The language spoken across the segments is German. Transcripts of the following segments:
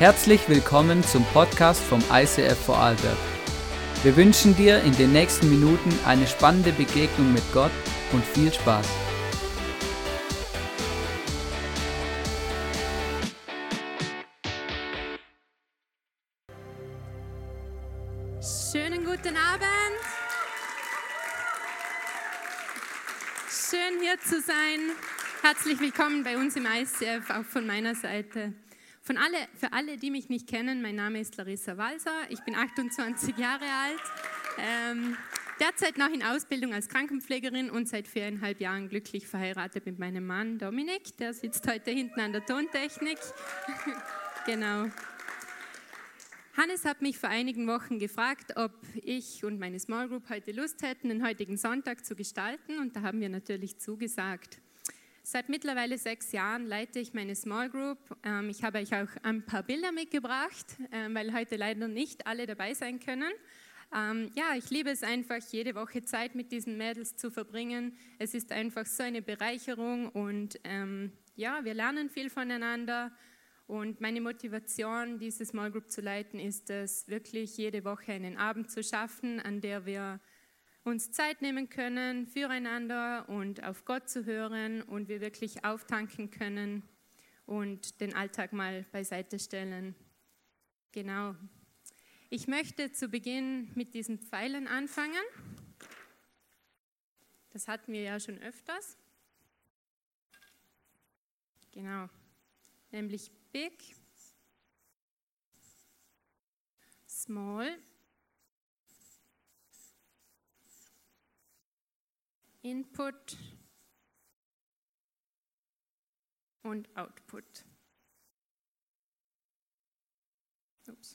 Herzlich willkommen zum Podcast vom ICF Vorarlberg. Wir wünschen dir in den nächsten Minuten eine spannende Begegnung mit Gott und viel Spaß. Schönen guten Abend. Schön hier zu sein. Herzlich willkommen bei uns im ICF, auch von meiner Seite. Für alle, die mich nicht kennen, mein Name ist Larissa Walser, ich bin 28 Jahre alt, derzeit noch in Ausbildung als Krankenpflegerin und seit 4,5 Jahren glücklich verheiratet mit meinem Mann Dominik, der sitzt heute hinten an der Tontechnik. Genau. Hannes hat mich vor einigen Wochen gefragt, ob ich und meine Small Group heute Lust hätten, den heutigen Sonntag zu gestalten, und da haben wir natürlich zugesagt. Seit mittlerweile 6 Jahren leite ich meine Small Group. Ich habe euch auch ein paar Bilder mitgebracht, weil heute leider nicht alle dabei sein können. Ich liebe es einfach, jede Woche Zeit mit diesen Mädels zu verbringen. Es ist einfach so eine Bereicherung und wir lernen viel voneinander. Und meine Motivation, diese Small Group zu leiten, ist es, wirklich jede Woche einen Abend zu schaffen, an der wir uns Zeit nehmen können füreinander und auf Gott zu hören und wir wirklich auftanken können und den Alltag mal beiseite stellen. Genau. Ich möchte zu Beginn mit diesen Pfeilen anfangen. Das hatten wir ja schon öfters. Genau. Nämlich Big, Small, Input und Output. Ups.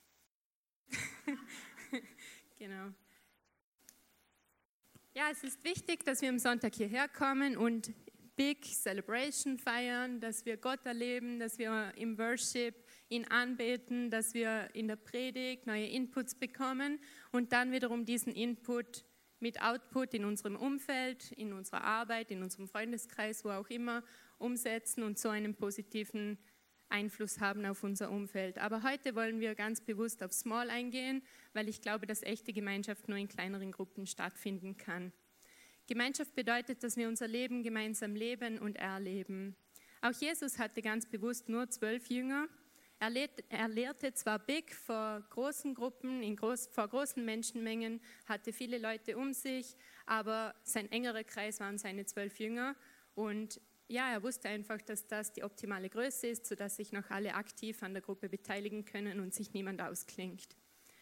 Genau. Ja, es ist wichtig, dass wir am Sonntag hierher kommen und Big Celebration feiern, dass wir Gott erleben, dass wir im Worship ihn anbeten, dass wir in der Predigt neue Inputs bekommen und dann wiederum diesen Input mit Output in unserem Umfeld, in unserer Arbeit, in unserem Freundeskreis, wo auch immer, umsetzen und so einen positiven Einfluss haben auf unser Umfeld. Aber heute wollen wir ganz bewusst auf Small eingehen, weil ich glaube, dass echte Gemeinschaft nur in kleineren Gruppen stattfinden kann. Gemeinschaft bedeutet, dass wir unser Leben gemeinsam leben und erleben. Auch Jesus hatte ganz bewusst nur 12 Jünger. Er lehrte zwar big vor großen Gruppen, vor großen Menschenmengen, hatte viele Leute um sich, aber sein engerer Kreis waren seine 12 Jünger. Und ja, er wusste einfach, dass das die optimale Größe ist, sodass sich noch alle aktiv an der Gruppe beteiligen können und sich niemand ausklingt.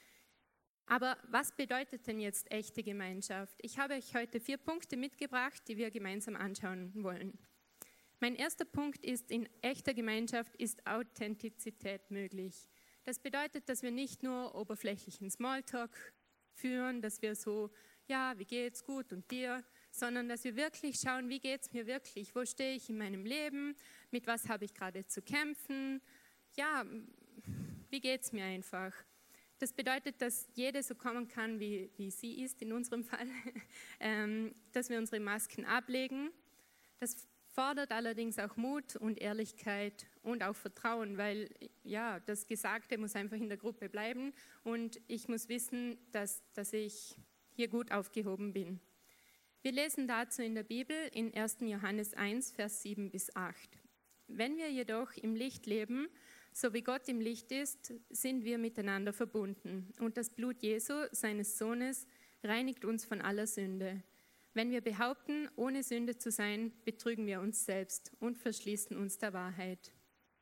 Aber was bedeutet denn jetzt echte Gemeinschaft? Ich habe euch heute 4 Punkte mitgebracht, die wir gemeinsam anschauen wollen. Mein erster Punkt ist, in echter Gemeinschaft ist Authentizität möglich. Das bedeutet, dass wir nicht nur oberflächlichen Smalltalk führen, dass wir so, ja, wie geht's, gut und dir, sondern dass wir wirklich schauen, wie geht's mir wirklich, wo stehe ich in meinem Leben, mit was habe ich gerade zu kämpfen, ja, wie geht's mir einfach. Das bedeutet, dass jede so kommen kann, wie sie ist, in unserem Fall, dass wir unsere Masken ablegen. Das fordert allerdings auch Mut und Ehrlichkeit und auch Vertrauen, weil ja, das Gesagte muss einfach in der Gruppe bleiben und ich muss wissen, dass ich hier gut aufgehoben bin. Wir lesen dazu in der Bibel in 1. Johannes 1, Vers 7 bis 8. Wenn wir jedoch im Licht leben, so wie Gott im Licht ist, sind wir miteinander verbunden. Und das Blut Jesu, seines Sohnes, reinigt uns von aller Sünde. Wenn wir behaupten, ohne Sünde zu sein, betrügen wir uns selbst und verschließen uns der Wahrheit.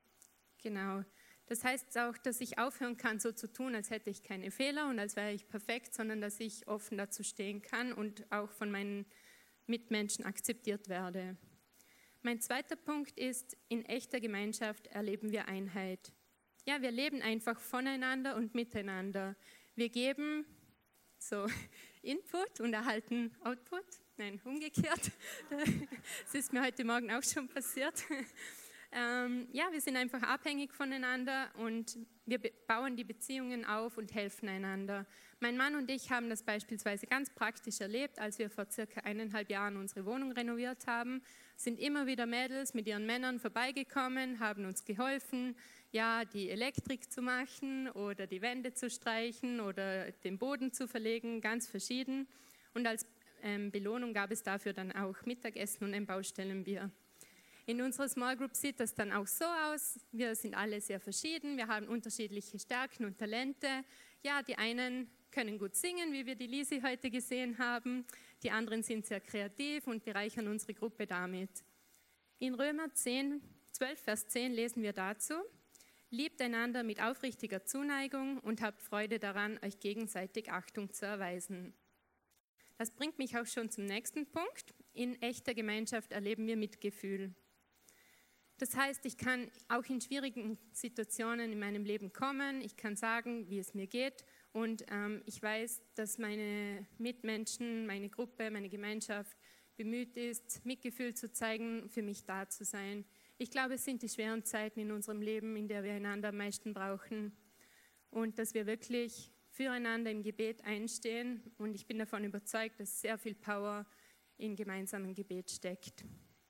Genau. Das heißt auch, dass ich aufhören kann, so zu tun, als hätte ich keine Fehler und als wäre ich perfekt, sondern dass ich offen dazu stehen kann und auch von meinen Mitmenschen akzeptiert werde. Mein zweiter Punkt ist, in echter Gemeinschaft erleben wir Einheit. Ja, wir leben einfach voneinander und miteinander. Wir geben so Input und erhalten Output. Nein, umgekehrt. Das ist mir heute Morgen auch schon passiert. Ja, wir sind einfach abhängig voneinander und wir bauen die Beziehungen auf und helfen einander. Mein Mann und ich haben das beispielsweise ganz praktisch erlebt, als wir vor circa 1,5 Jahren unsere Wohnung renoviert haben. Sind immer wieder Mädels mit ihren Männern vorbeigekommen, haben uns geholfen, ja, die Elektrik zu machen oder die Wände zu streichen oder den Boden zu verlegen, ganz verschieden. Und als Belohnung gab es dafür dann auch Mittagessen und ein Baustellenbier. In unserer Small Group sieht das dann auch so aus. Wir sind alle sehr verschieden, wir haben unterschiedliche Stärken und Talente. Ja, die einen können gut singen, wie wir die Lisi heute gesehen haben. Die anderen sind sehr kreativ und bereichern unsere Gruppe damit. In Römer 12, Vers 10 lesen wir dazu: Liebt einander mit aufrichtiger Zuneigung und habt Freude daran, euch gegenseitig Achtung zu erweisen. Das bringt mich auch schon zum nächsten Punkt. In echter Gemeinschaft erleben wir Mitgefühl. Das heißt, ich kann auch in schwierigen Situationen in meinem Leben kommen, ich kann sagen, wie es mir geht und ich weiß, dass meine Mitmenschen, meine Gruppe, meine Gemeinschaft bemüht ist, Mitgefühl zu zeigen, für mich da zu sein. Ich glaube, es sind die schweren Zeiten in unserem Leben, in der wir einander am meisten brauchen und dass wir wirklich füreinander im Gebet einstehen und ich bin davon überzeugt, dass sehr viel Power in gemeinsamem Gebet steckt.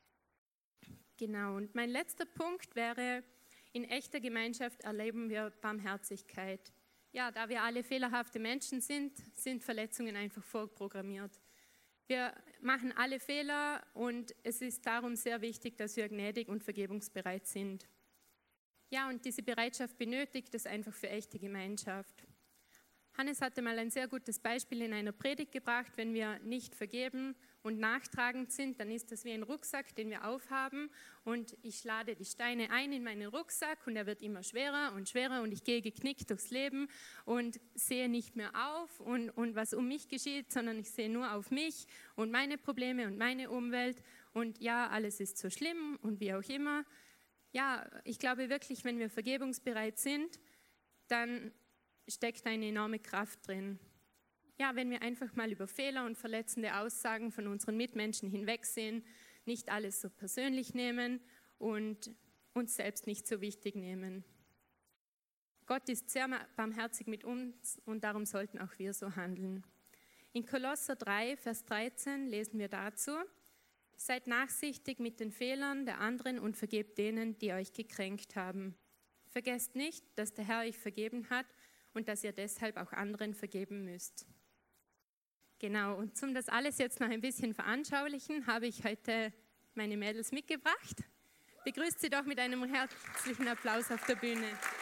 Genau, und mein letzter Punkt wäre, in echter Gemeinschaft erleben wir Barmherzigkeit. Ja, da wir alle fehlerhafte Menschen sind, sind Verletzungen einfach vorprogrammiert. Wir machen alle Fehler und es ist darum sehr wichtig, dass wir gnädig und vergebungsbereit sind. Ja, und diese Bereitschaft benötigt es einfach für echte Gemeinschaft. Hannes hatte mal ein sehr gutes Beispiel in einer Predigt gebracht: Wenn wir nicht vergeben und nachtragend sind, dann ist das wie ein Rucksack, den wir aufhaben und ich lade die Steine ein in meinen Rucksack und er wird immer schwerer und ich gehe geknickt durchs Leben und sehe nicht mehr auf und was um mich geschieht, sondern ich sehe nur auf mich und meine Probleme und meine Umwelt und ja, alles ist so schlimm und wie auch immer. Ja, ich glaube wirklich, wenn wir vergebungsbereit sind, dann steckt eine enorme Kraft drin. Ja, wenn wir einfach mal über Fehler und verletzende Aussagen von unseren Mitmenschen hinwegsehen, nicht alles so persönlich nehmen und uns selbst nicht so wichtig nehmen. Gott ist sehr barmherzig mit uns und darum sollten auch wir so handeln. In Kolosser 3, Vers 13 lesen wir dazu: Seid nachsichtig mit den Fehlern der anderen und vergebt denen, die euch gekränkt haben. Vergesst nicht, dass der Herr euch vergeben hat und dass ihr deshalb auch anderen vergeben müsst. Genau, und um das alles jetzt noch ein bisschen veranschaulichen, habe ich heute meine Mädels mitgebracht. Begrüßt sie doch mit einem herzlichen Applaus auf der Bühne.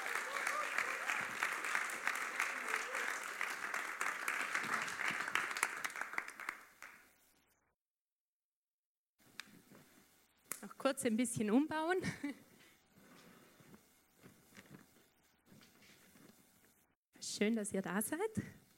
Noch kurz ein bisschen umbauen. Schön, dass ihr da seid.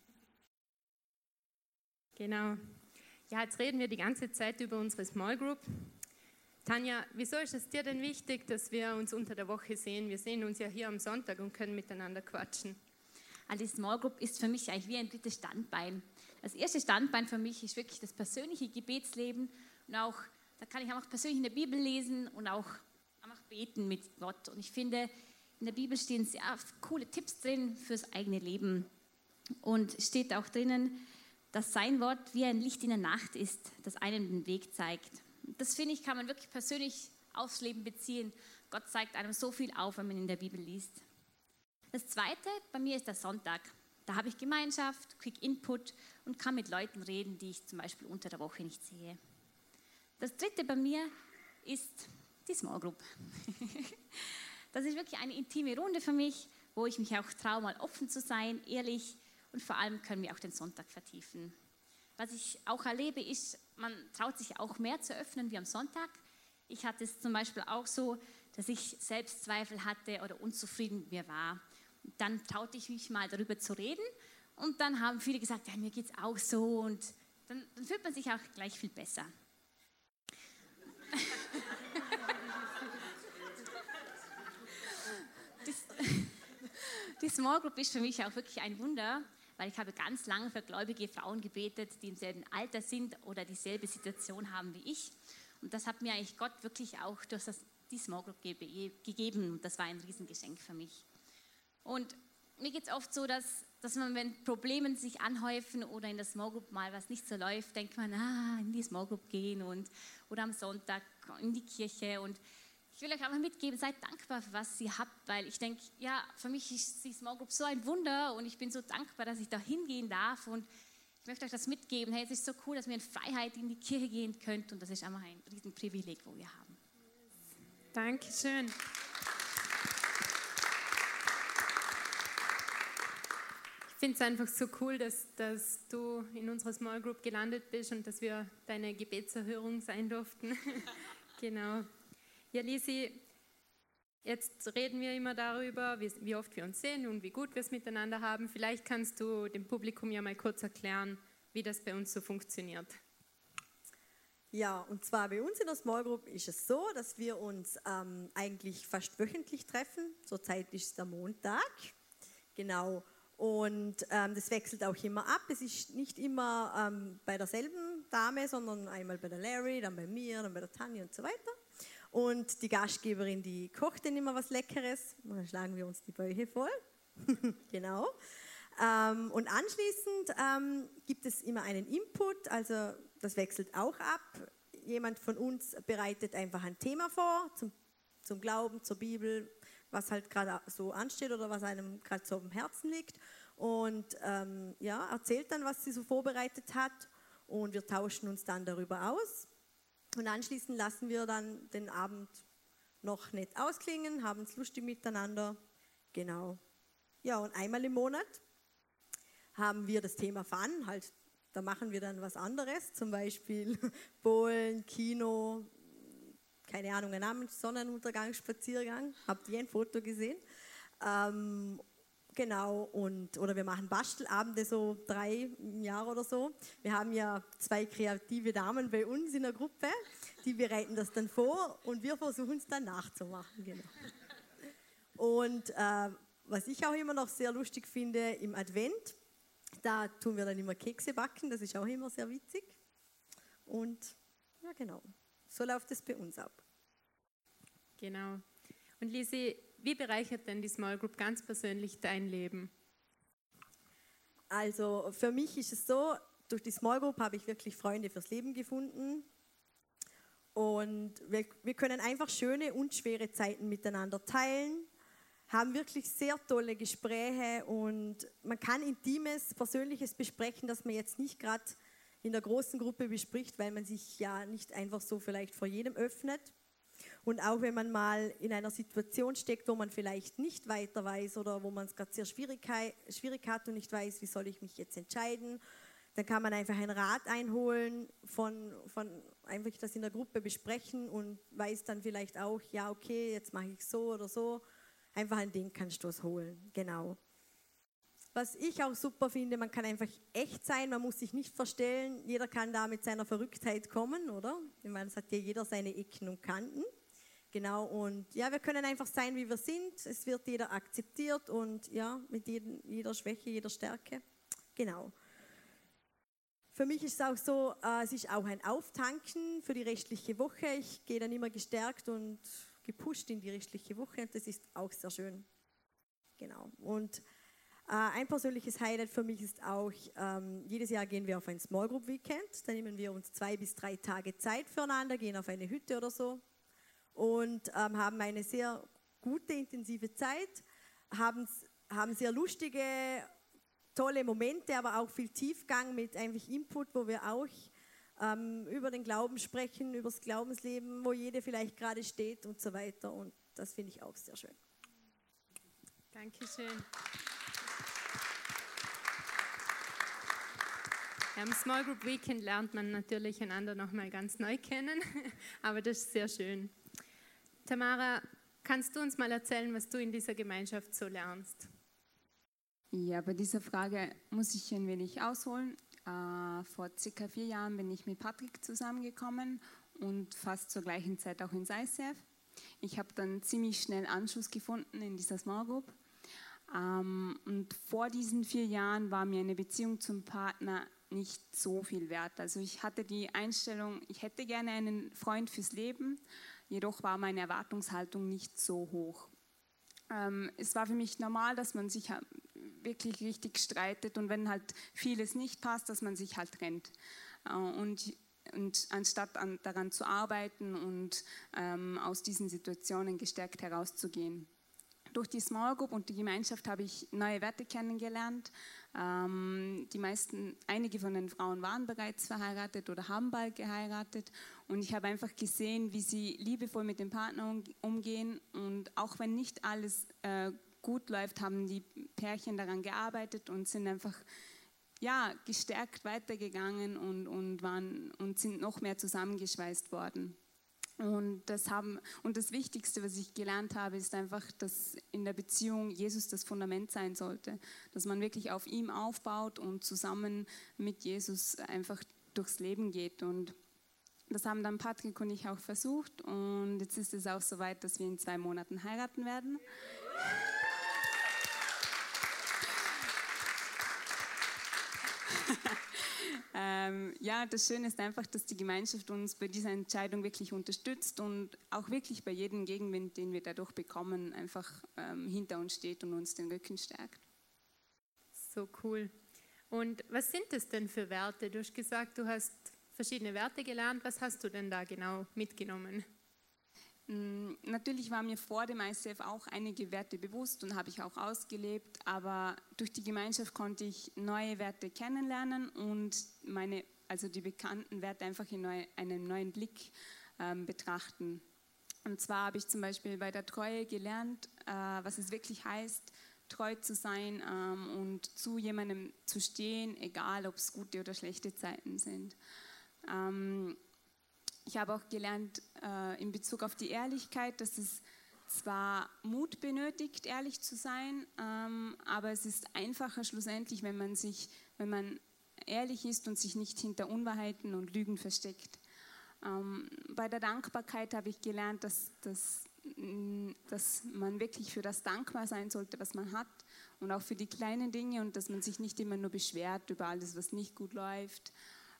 Genau. Ja, jetzt reden wir die ganze Zeit über unsere Small Group. Tanja, wieso ist es dir denn wichtig, dass wir uns unter der Woche sehen? Wir sehen uns ja hier am Sonntag und können miteinander quatschen. Also die Small Group ist für mich eigentlich wie ein drittes Standbein. Das erste Standbein für mich ist wirklich das persönliche Gebetsleben und auch, da kann ich auch persönlich in der Bibel lesen und auch einfach beten mit Gott. Und ich finde, in der Bibel stehen sehr coole Tipps drin fürs eigene Leben und steht auch drinnen, dass sein Wort wie ein Licht in der Nacht ist, das einem den Weg zeigt. Das finde ich, kann man wirklich persönlich aufs Leben beziehen. Gott zeigt einem so viel auf, wenn man in der Bibel liest. Das zweite bei mir ist der Sonntag. Da habe ich Gemeinschaft, Quick Input und kann mit Leuten reden, die ich zum Beispiel unter der Woche nicht sehe. Das dritte bei mir ist die Small Group. Das ist wirklich eine intime Runde für mich, wo ich mich auch traue, mal offen zu sein, ehrlich, und vor allem können wir auch den Sonntag vertiefen. Was ich auch erlebe, ist, man traut sich auch mehr zu öffnen wie am Sonntag. Ich hatte es zum Beispiel auch so, dass ich Selbstzweifel hatte oder unzufrieden mit mir war. Und dann traute ich mich mal darüber zu reden und dann haben viele gesagt, ja, mir geht es auch so und dann fühlt man sich auch gleich viel besser. Die Small Group ist für mich auch wirklich ein Wunder, weil ich habe ganz lange für gläubige Frauen gebetet, die im selben Alter sind oder dieselbe Situation haben wie ich. Und das hat mir eigentlich Gott wirklich auch durch das die Small Group gegeben und das war ein Riesengeschenk für mich. Und mir geht es oft so, dass man, wenn Probleme sich anhäufen oder in der Small Group mal was nicht so läuft, denkt man, in die Small Group gehen oder am Sonntag in die Kirche. Und ich will euch einfach mitgeben, seid dankbar für was ihr habt, weil ich denke, ja, für mich ist die Small Group so ein Wunder und ich bin so dankbar, dass ich da hingehen darf und ich möchte euch das mitgeben. Hey, es ist so cool, dass wir in Freiheit in die Kirche gehen könnt und das ist einfach ein Riesenprivileg, wo wir haben. Dankeschön. Ich finde es einfach so cool, dass du in unserer Small Group gelandet bist und dass wir deine Gebetserhörung sein durften. Genau. Ja, Lisi, jetzt reden wir immer darüber, wie oft wir uns sehen und wie gut wir es miteinander haben. Vielleicht kannst du dem Publikum ja mal kurz erklären, wie das bei uns so funktioniert. Ja, und zwar bei uns in der Small Group ist es so, dass wir uns eigentlich fast wöchentlich treffen. Zurzeit ist es der Montag. Genau. Und das wechselt auch immer ab. Es ist nicht immer bei derselben Dame, sondern einmal bei der Larry, dann bei mir, dann bei der Tanja und so weiter. Und die Gastgeberin, die kocht dann immer was Leckeres. Und dann schlagen wir uns die Bäuche voll. Genau. Und anschließend gibt es immer einen Input, also das wechselt auch ab. Jemand von uns bereitet einfach ein Thema vor zum Glauben, zur Bibel, was halt gerade so ansteht oder was einem gerade so am Herzen liegt. Und erzählt dann, was sie so vorbereitet hat. Und wir tauschen uns dann darüber aus. Und anschließend lassen wir dann den Abend noch nett ausklingen, haben es lustig miteinander. Genau. Ja, und einmal im Monat haben wir das Thema Fun, halt, da machen wir dann was anderes, zum Beispiel Bowlen, Kino, keine Ahnung, ein Sonnenuntergangsspaziergang, habt ihr ein Foto gesehen? Genau, oder wir machen Bastelabende, so 3 im Jahr oder so. Wir haben ja 2 kreative Damen bei uns in der Gruppe, die bereiten das dann vor und wir versuchen es dann nachzumachen. Genau. Und was ich auch immer noch sehr lustig finde, im Advent, da tun wir dann immer Kekse backen, das ist auch immer sehr witzig. Und ja, genau, so läuft es bei uns ab. Genau. Und Lisi, wie bereichert denn die Small Group ganz persönlich dein Leben? Also für mich ist es so, durch die Small Group habe ich wirklich Freunde fürs Leben gefunden. Und wir können einfach schöne und schwere Zeiten miteinander teilen, haben wirklich sehr tolle Gespräche und man kann Intimes, Persönliches besprechen, das man jetzt nicht gerade in der großen Gruppe bespricht, weil man sich ja nicht einfach so vielleicht vor jedem öffnet. Und auch wenn man mal in einer Situation steckt, wo man vielleicht nicht weiter weiß oder wo man es gerade sehr schwierig hat und nicht weiß, wie soll ich mich jetzt entscheiden, dann kann man einfach einen Rat einholen, von einfach das in der Gruppe besprechen und weiß dann vielleicht auch, ja okay, jetzt mache ich so oder so, einfach einen Denkanstoß holen, genau. Was ich auch super finde, man kann einfach echt sein, man muss sich nicht verstellen, jeder kann da mit seiner Verrücktheit kommen, oder? Ich meine, es hat ja jeder seine Ecken und Kanten. Genau, und ja, wir können einfach sein, wie wir sind, es wird jeder akzeptiert und ja, mit jeder Schwäche, jeder Stärke, genau. Für mich ist es auch so, es ist auch ein Auftanken für die restliche Woche, ich gehe dann immer gestärkt und gepusht in die restliche Woche und das ist auch sehr schön, genau. Und ein persönliches Highlight für mich ist auch, jedes Jahr gehen wir auf ein Small Group Weekend, da nehmen wir uns 2 bis 3 Tage Zeit füreinander, gehen auf eine Hütte oder so und haben eine sehr gute, intensive Zeit, haben sehr lustige, tolle Momente, aber auch viel Tiefgang mit einfach Input, wo wir auch über den Glauben sprechen, über das Glaubensleben, wo jeder vielleicht gerade steht und so weiter und das finde ich auch sehr schön. Dankeschön. Am Small Group Weekend lernt man natürlich einander nochmal ganz neu kennen, aber das ist sehr schön. Tamara, kannst du uns mal erzählen, was du in dieser Gemeinschaft so lernst? Ja, bei dieser Frage muss ich ein wenig ausholen. Vor circa 4 Jahren bin ich mit Patrick zusammengekommen und fast zur gleichen Zeit auch ins ICF. Ich habe dann ziemlich schnell Anschluss gefunden in dieser Small Group. Und vor diesen 4 Jahren war mir eine Beziehung zum Partner nicht so viel wert. Also ich hatte die Einstellung, ich hätte gerne einen Freund fürs Leben, jedoch war meine Erwartungshaltung nicht so hoch. Es war für mich normal, dass man sich wirklich richtig streitet und wenn halt vieles nicht passt, dass man sich halt trennt. Und anstatt daran zu arbeiten und aus diesen Situationen gestärkt herauszugehen. Durch die Small Group und die Gemeinschaft habe ich neue Werte kennengelernt. Einige von den Frauen waren bereits verheiratet oder haben bald geheiratet. Und ich habe einfach gesehen, wie sie liebevoll mit dem Partner umgehen. Und auch wenn nicht alles gut läuft, haben die Pärchen daran gearbeitet und sind einfach gestärkt weitergegangen und sind noch mehr zusammengeschweißt worden. Und das Wichtigste, was ich gelernt habe, ist einfach, dass in der Beziehung Jesus das Fundament sein sollte. Dass man wirklich auf ihm aufbaut und zusammen mit Jesus einfach durchs Leben geht. Und das haben dann Patrick und ich auch versucht. Und jetzt ist es auch soweit, dass wir in 2 Monaten heiraten werden. Das Schöne ist einfach, dass die Gemeinschaft uns bei dieser Entscheidung wirklich unterstützt und auch wirklich bei jedem Gegenwind, den wir dadurch bekommen, einfach hinter uns steht und uns den Rücken stärkt. So cool. Und was sind das denn für Werte? Du hast gesagt, du hast verschiedene Werte gelernt. Was hast du denn da genau mitgenommen? Natürlich waren mir vor dem ICF auch einige Werte bewusst und habe ich auch ausgelebt, aber durch die Gemeinschaft konnte ich neue Werte kennenlernen und die bekannten Werte einfach in einem neuen Blick betrachten. Und zwar habe ich zum Beispiel bei der Treue gelernt, was es wirklich heißt, treu zu sein und zu jemandem zu stehen, egal ob es gute oder schlechte Zeiten sind. Ich habe auch gelernt in Bezug auf die Ehrlichkeit, dass es zwar Mut benötigt, ehrlich zu sein, aber es ist einfacher schlussendlich, wenn man ehrlich ist und sich nicht hinter Unwahrheiten und Lügen versteckt. Bei der Dankbarkeit habe ich gelernt, dass man wirklich für das dankbar sein sollte, was man hat und auch für die kleinen Dinge und dass man sich nicht immer nur beschwert über alles, was nicht gut läuft.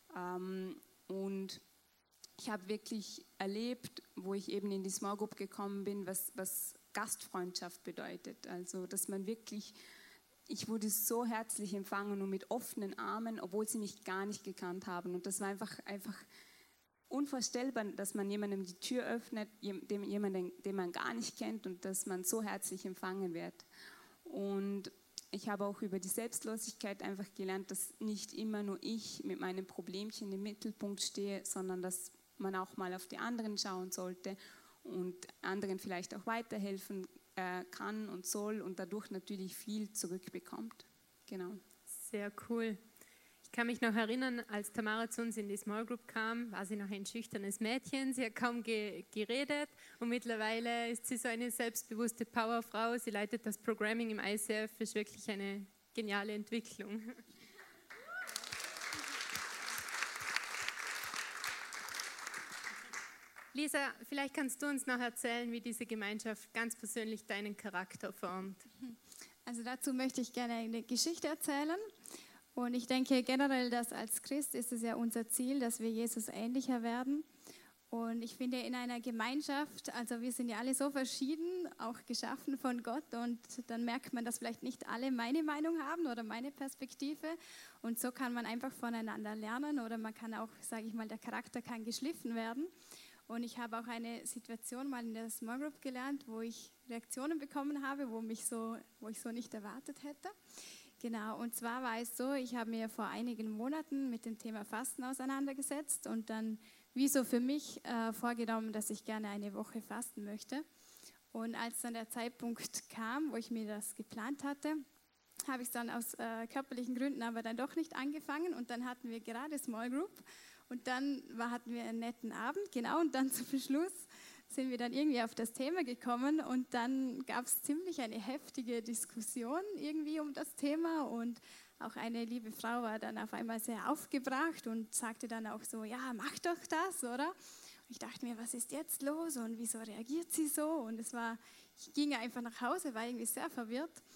Und ich habe wirklich erlebt, wo ich eben in die Small Group gekommen bin, was Gastfreundschaft bedeutet. Also, dass man wirklich, ich wurde so herzlich empfangen und mit offenen Armen, obwohl sie mich gar nicht gekannt haben. Und das war einfach unvorstellbar, dass man jemandem die Tür öffnet, jemanden, den man gar nicht kennt und dass man so herzlich empfangen wird. Und ich habe auch über die Selbstlosigkeit einfach gelernt, dass nicht immer nur ich mit meinem Problemchen im Mittelpunkt stehe, sondern dass man auch mal auf die anderen schauen sollte und anderen vielleicht auch weiterhelfen kann und soll und dadurch natürlich viel zurückbekommt. Genau. Sehr cool. Ich kann mich noch erinnern, als Tamara zu uns in die Small Group kam, war sie noch ein schüchternes Mädchen. Sie hat kaum geredet und mittlerweile ist sie so eine selbstbewusste Powerfrau. Sie leitet das Programming im ICF, ist wirklich eine geniale Entwicklung. Lisa, vielleicht kannst du uns noch erzählen, wie diese Gemeinschaft ganz persönlich deinen Charakter formt. Also dazu möchte ich gerne eine Geschichte erzählen. Und ich denke generell, dass als Christ ist es ja unser Ziel, dass wir Jesus ähnlicher werden. Und ich finde in einer Gemeinschaft, also wir sind ja alle so verschieden, auch geschaffen von Gott und dann merkt man, dass vielleicht nicht alle meine Meinung haben oder meine Perspektive und so kann man einfach voneinander lernen oder man kann auch, sage ich mal, der Charakter kann geschliffen werden. Und ich habe auch eine Situation mal in der Small Group gelernt, wo ich Reaktionen bekommen habe, wo ich so nicht erwartet hätte. Genau, und zwar war es so, ich habe mir vor einigen Monaten mit dem Thema Fasten auseinandergesetzt und dann wie so für mich vorgenommen, dass ich gerne eine Woche fasten möchte. Und als dann der Zeitpunkt kam, wo ich mir das geplant hatte, habe ich es dann aus körperlichen Gründen aber dann doch nicht angefangen und dann hatten wir gerade Small Group und dann hatten wir einen netten Abend, genau, und dann zum Schluss sind wir dann irgendwie auf das Thema gekommen und dann gab es ziemlich eine heftige Diskussion irgendwie um das Thema und auch eine liebe Frau war dann auf einmal sehr aufgebracht und sagte dann auch so, ja, mach doch das, oder? Und ich dachte mir, was ist jetzt los und wieso reagiert sie so? Und ich ging einfach nach Hause, war irgendwie sehr verwirrt.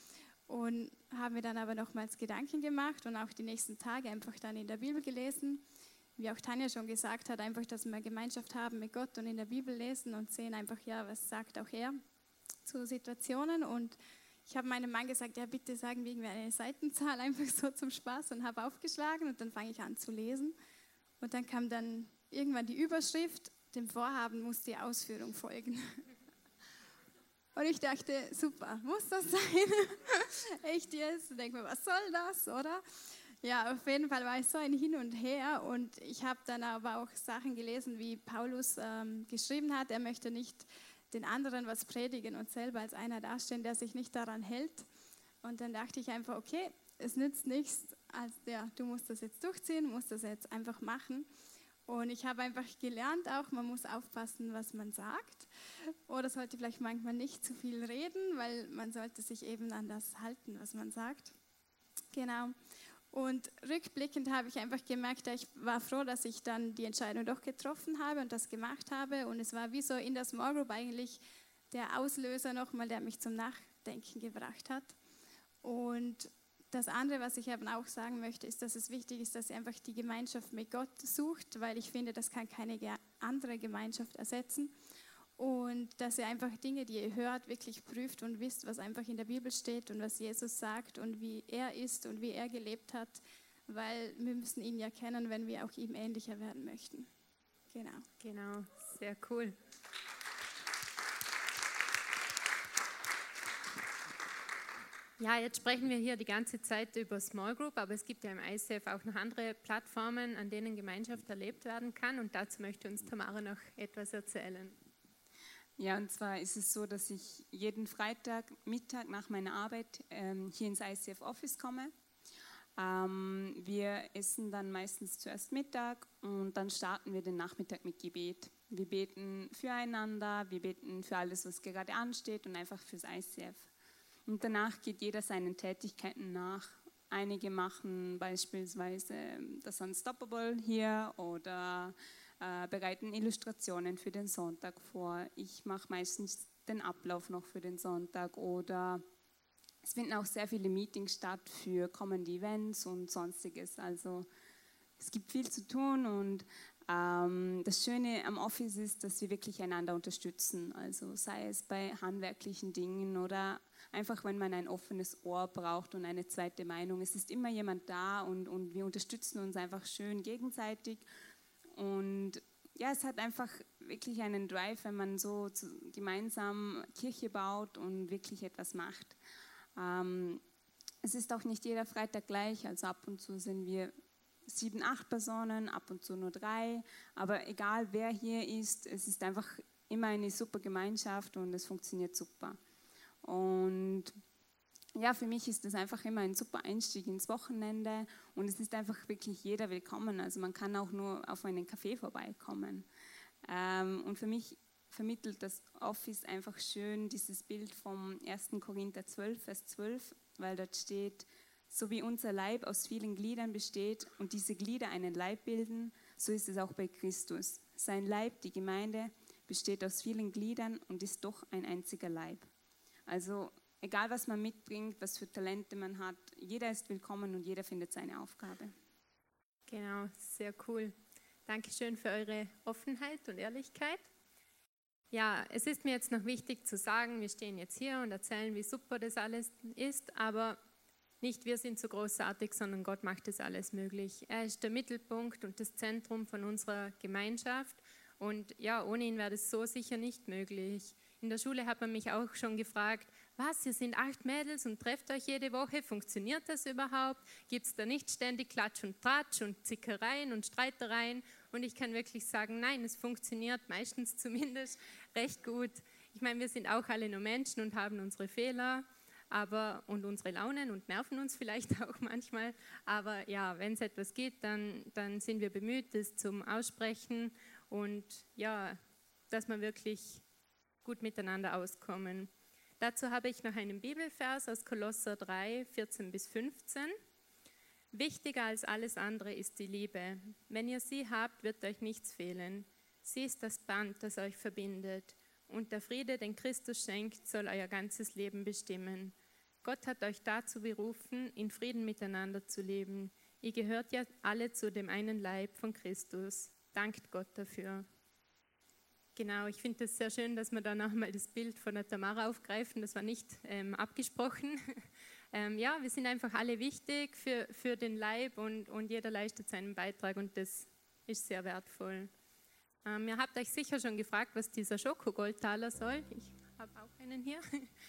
Und habe mir dann aber nochmals Gedanken gemacht und auch die nächsten Tage einfach dann in der Bibel gelesen. Wie auch Tanja schon gesagt hat, einfach, dass wir Gemeinschaft haben mit Gott und in der Bibel lesen und sehen einfach, ja, was sagt auch er zu Situationen. Und ich habe meinem Mann gesagt, ja, bitte sagen wir irgendwie eine Seitenzahl, einfach so zum Spaß, und habe aufgeschlagen und dann fange ich an zu lesen. Und dann kam dann irgendwann die Überschrift, dem Vorhaben muss die Ausführung folgen. Und ich dachte, super, muss das sein? Echt jetzt? Ich denke mir, was soll das, oder? Ja, auf jeden Fall war ich so ein Hin und Her, und ich habe dann aber auch Sachen gelesen, wie Paulus geschrieben hat, er möchte nicht den anderen was predigen und selber als einer dastehen, der sich nicht daran hält. Und dann dachte ich einfach, okay, es nützt nichts, als du musst das jetzt durchziehen, musst das jetzt einfach machen. Und ich habe einfach gelernt auch, man muss aufpassen, was man sagt. Oder sollte vielleicht manchmal nicht zu viel reden, weil man sollte sich eben an das halten, was man sagt. Genau. Und rückblickend habe ich einfach gemerkt, ich war froh, dass ich dann die Entscheidung doch getroffen habe und das gemacht habe. Und es war wie so in der Small Group eigentlich der Auslöser nochmal, der mich zum Nachdenken gebracht hat. Und das andere, was ich eben auch sagen möchte, ist, dass es wichtig ist, dass ihr einfach die Gemeinschaft mit Gott sucht, weil ich finde, das kann keine andere Gemeinschaft ersetzen. Und dass ihr einfach Dinge, die ihr hört, wirklich prüft und wisst, was einfach in der Bibel steht und was Jesus sagt und wie er ist und wie er gelebt hat, weil wir müssen ihn ja kennen, wenn wir auch ihm ähnlicher werden möchten. Genau, sehr cool. Ja, jetzt sprechen wir hier die ganze Zeit über Small Group, aber es gibt ja im ICF auch noch andere Plattformen, an denen Gemeinschaft erlebt werden kann, und dazu möchte uns Tamara noch etwas erzählen. Ja, und zwar ist es so, dass ich jeden Freitagmittag nach meiner Arbeit hier ins ICF Office komme. Wir essen dann meistens zuerst Mittag und dann starten wir den Nachmittag mit Gebet. Wir beten füreinander, wir beten für alles, was gerade ansteht, und einfach fürs ICF. Und danach geht jeder seinen Tätigkeiten nach. Einige machen beispielsweise das Unstoppable hier oder bereiten Illustrationen für den Sonntag vor. Ich mache meistens den Ablauf noch für den Sonntag, oder es finden auch sehr viele Meetings statt für kommende Events und Sonstiges. Also es gibt viel zu tun, und das Schöne am Office ist, dass wir wirklich einander unterstützen. Also sei es bei handwerklichen Dingen oder einfach, wenn man ein offenes Ohr braucht und eine zweite Meinung. Es ist immer jemand da, und wir unterstützen uns einfach schön gegenseitig. Und ja, es hat einfach wirklich einen Drive, wenn man so gemeinsam Kirche baut und wirklich etwas macht. Es ist auch nicht jeder Freitag gleich, also ab und zu sind wir 7, 8 Personen, ab und zu nur 3, aber egal wer hier ist, es ist einfach immer eine super Gemeinschaft und es funktioniert super. Und ja, für mich ist das einfach immer ein super Einstieg ins Wochenende, und es ist einfach wirklich jeder willkommen, also man kann auch nur auf einen Kaffee vorbeikommen. Und für mich vermittelt das Office einfach schön dieses Bild vom 1. Korinther 12, Vers 12, weil dort steht: So wie unser Leib aus vielen Gliedern besteht und diese Glieder einen Leib bilden, so ist es auch bei Christus. Sein Leib, die Gemeinde, besteht aus vielen Gliedern und ist doch ein einziger Leib. Also egal, was man mitbringt, was für Talente man hat, jeder ist willkommen und jeder findet seine Aufgabe. Genau, sehr cool. Dankeschön für eure Offenheit und Ehrlichkeit. Ja, es ist mir jetzt noch wichtig zu sagen, wir stehen jetzt hier und erzählen, wie super das alles ist, aber nicht wir sind so großartig, sondern Gott macht das alles möglich. Er ist der Mittelpunkt und das Zentrum von unserer Gemeinschaft, und ja, ohne ihn wäre das so sicher nicht möglich. In der Schule hat man mich auch schon gefragt, was, ihr sind 8 Mädels und trefft euch jede Woche, funktioniert das überhaupt? Gibt es da nicht ständig Klatsch und Tratsch und Zickereien und Streitereien? Und ich kann wirklich sagen, nein, es funktioniert meistens zumindest recht gut. Ich meine, wir sind auch alle nur Menschen und haben unsere Fehler und unsere Launen und nerven uns vielleicht auch manchmal. Aber ja, wenn es etwas geht, dann sind wir bemüht, das zum Aussprechen und ja, dass wir wirklich gut miteinander auskommen. Dazu habe ich noch einen Bibelvers aus Kolosser 3, 14 bis 15. Wichtiger als alles andere ist die Liebe. Wenn ihr sie habt, wird euch nichts fehlen. Sie ist das Band, das euch verbindet. Und der Friede, den Christus schenkt, soll euer ganzes Leben bestimmen. Gott hat euch dazu berufen, in Frieden miteinander zu leben. Ihr gehört ja alle zu dem einen Leib von Christus. Dankt Gott dafür. Genau, ich finde es sehr schön, dass wir da nochmal das Bild von der Tamara aufgreifen. Das war nicht abgesprochen. Ja, wir sind einfach alle wichtig für den Leib und jeder leistet seinen Beitrag und das ist sehr wertvoll. Ihr habt euch sicher schon gefragt, was dieser Schokogoldtaler soll. Ich habe auch einen hier.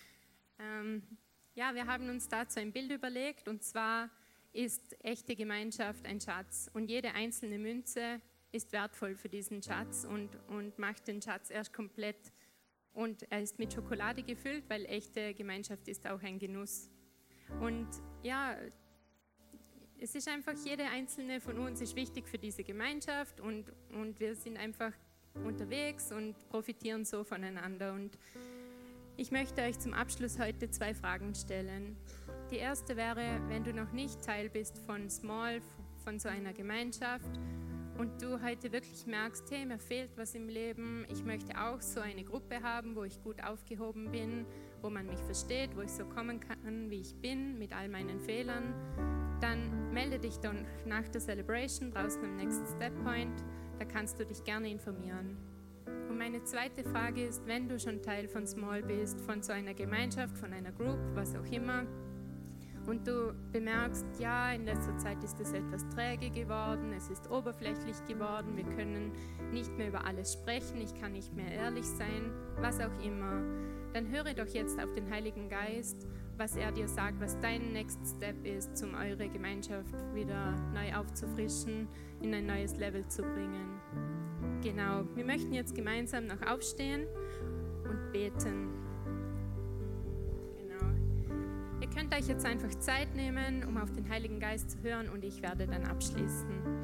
Ja, wir haben uns dazu ein Bild überlegt und zwar ist echte Gemeinschaft ein Schatz und jede einzelne Münze ist wertvoll für diesen Schatz und macht den Schatz erst komplett und er ist mit Schokolade gefüllt, weil echte Gemeinschaft ist auch ein Genuss. Und ja, es ist einfach, jede einzelne von uns ist wichtig für diese Gemeinschaft und wir sind einfach unterwegs und profitieren so voneinander. Und ich möchte euch zum Abschluss heute 2 Fragen stellen. Die erste wäre, wenn du noch nicht Teil bist von Small, von so einer Gemeinschaft und du heute wirklich merkst, hey, mir fehlt was im Leben, ich möchte auch so eine Gruppe haben, wo ich gut aufgehoben bin, wo man mich versteht, wo ich so kommen kann, wie ich bin, mit all meinen Fehlern, dann melde dich dann nach der Celebration draußen am Next Step Point, da kannst du dich gerne informieren. Und meine zweite Frage ist, wenn du schon Teil von Small bist, von so einer Gemeinschaft, von einer Group, was auch immer, und du bemerkst, ja, in letzter Zeit ist es etwas träge geworden, es ist oberflächlich geworden, wir können nicht mehr über alles sprechen, ich kann nicht mehr ehrlich sein, was auch immer, dann höre doch jetzt auf den Heiligen Geist, was er dir sagt, was dein Next Step ist, um eure Gemeinschaft wieder neu aufzufrischen, in ein neues Level zu bringen. Genau, wir möchten jetzt gemeinsam noch aufstehen und beten. Ihr könnt euch jetzt einfach Zeit nehmen, um auf den Heiligen Geist zu hören und ich werde dann abschließen.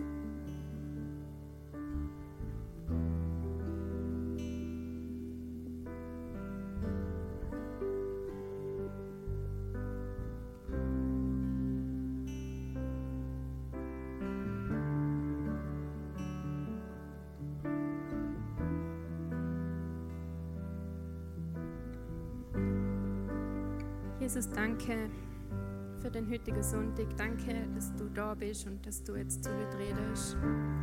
Jesus, danke für den heutigen Sonntag. Danke, dass du da bist und dass du jetzt zu uns redest.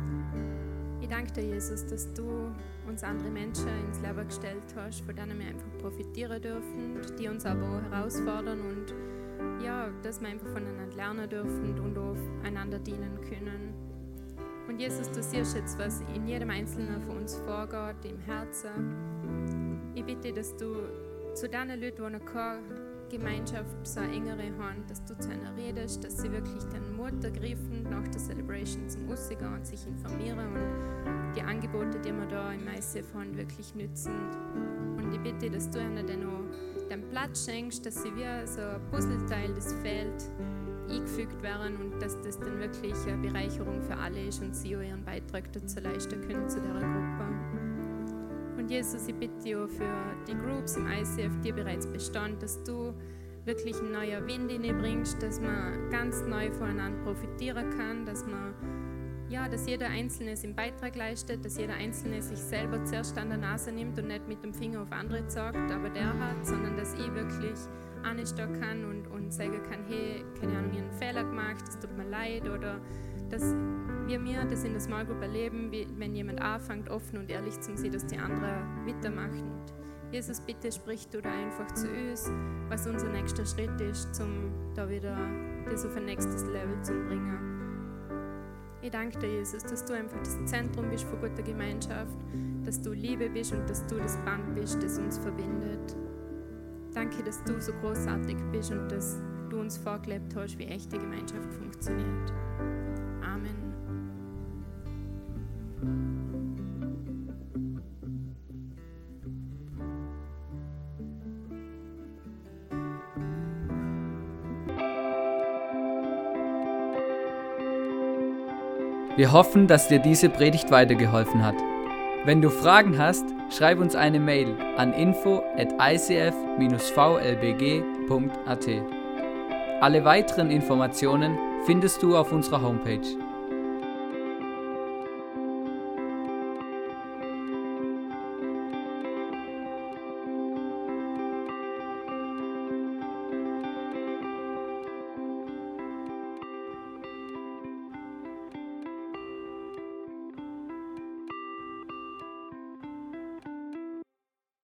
Ich danke dir, Jesus, dass du uns andere Menschen ins Leben gestellt hast, von denen wir einfach profitieren dürfen, die uns aber auch herausfordern und ja, dass wir einfach voneinander lernen dürfen und auch einander dienen können. Und Jesus, du siehst jetzt, was in jedem Einzelnen von uns vorgeht, im Herzen. Ich bitte, dass du zu den Leuten, die noch keine Gemeinschaft, so eine engere haben, dass du zu einer redest, dass sie wirklich den Mut ergreifen, nach der Celebration zum Rausgehen und sich informieren und die Angebote, die wir da im ICF haben, wirklich nützen. Und ich bitte, dass du ihnen dann auch den Platz schenkst, dass sie wie so ein Puzzleteil, das fehlt, eingefügt werden und dass das dann wirklich eine Bereicherung für alle ist und sie auch ihren Beitrag dazu leisten können zu dieser Gruppe. Und Jesus, ich bitte dich auch für die Groups im ICF, die bereits bestehen, dass du wirklich einen neuen Wind hineinbringst, dass man ganz neu voneinander profitieren kann, dass jeder Einzelne seinen Beitrag leistet, dass jeder Einzelne sich selber zuerst an der Nase nimmt und nicht mit dem Finger auf andere zeigt, aber der hat, sondern dass ich wirklich anstehen kann und sagen kann, hey, keine Ahnung, ich habe einen Fehler gemacht, es tut mir leid, oder dass wir das in der Small Group erleben, wie wenn jemand anfängt, offen und ehrlich zu sein, dass die anderen weitermachen. Und Jesus, bitte sprich du da einfach zu uns, was unser nächster Schritt ist, um da wieder das auf ein nächstes Level zu bringen. Ich danke dir, Jesus, dass du einfach das Zentrum bist von guter Gemeinschaft, dass du Liebe bist und dass du das Band bist, das uns verbindet. Danke, dass du so großartig bist und dass du uns vorgelebt hast, wie echte Gemeinschaft funktioniert. Amen. Wir hoffen, dass dir diese Predigt weitergeholfen hat. Wenn du Fragen hast, schreib uns eine Mail an info@icf-vlbg.at. Alle weiteren Informationen findest du auf unserer Homepage.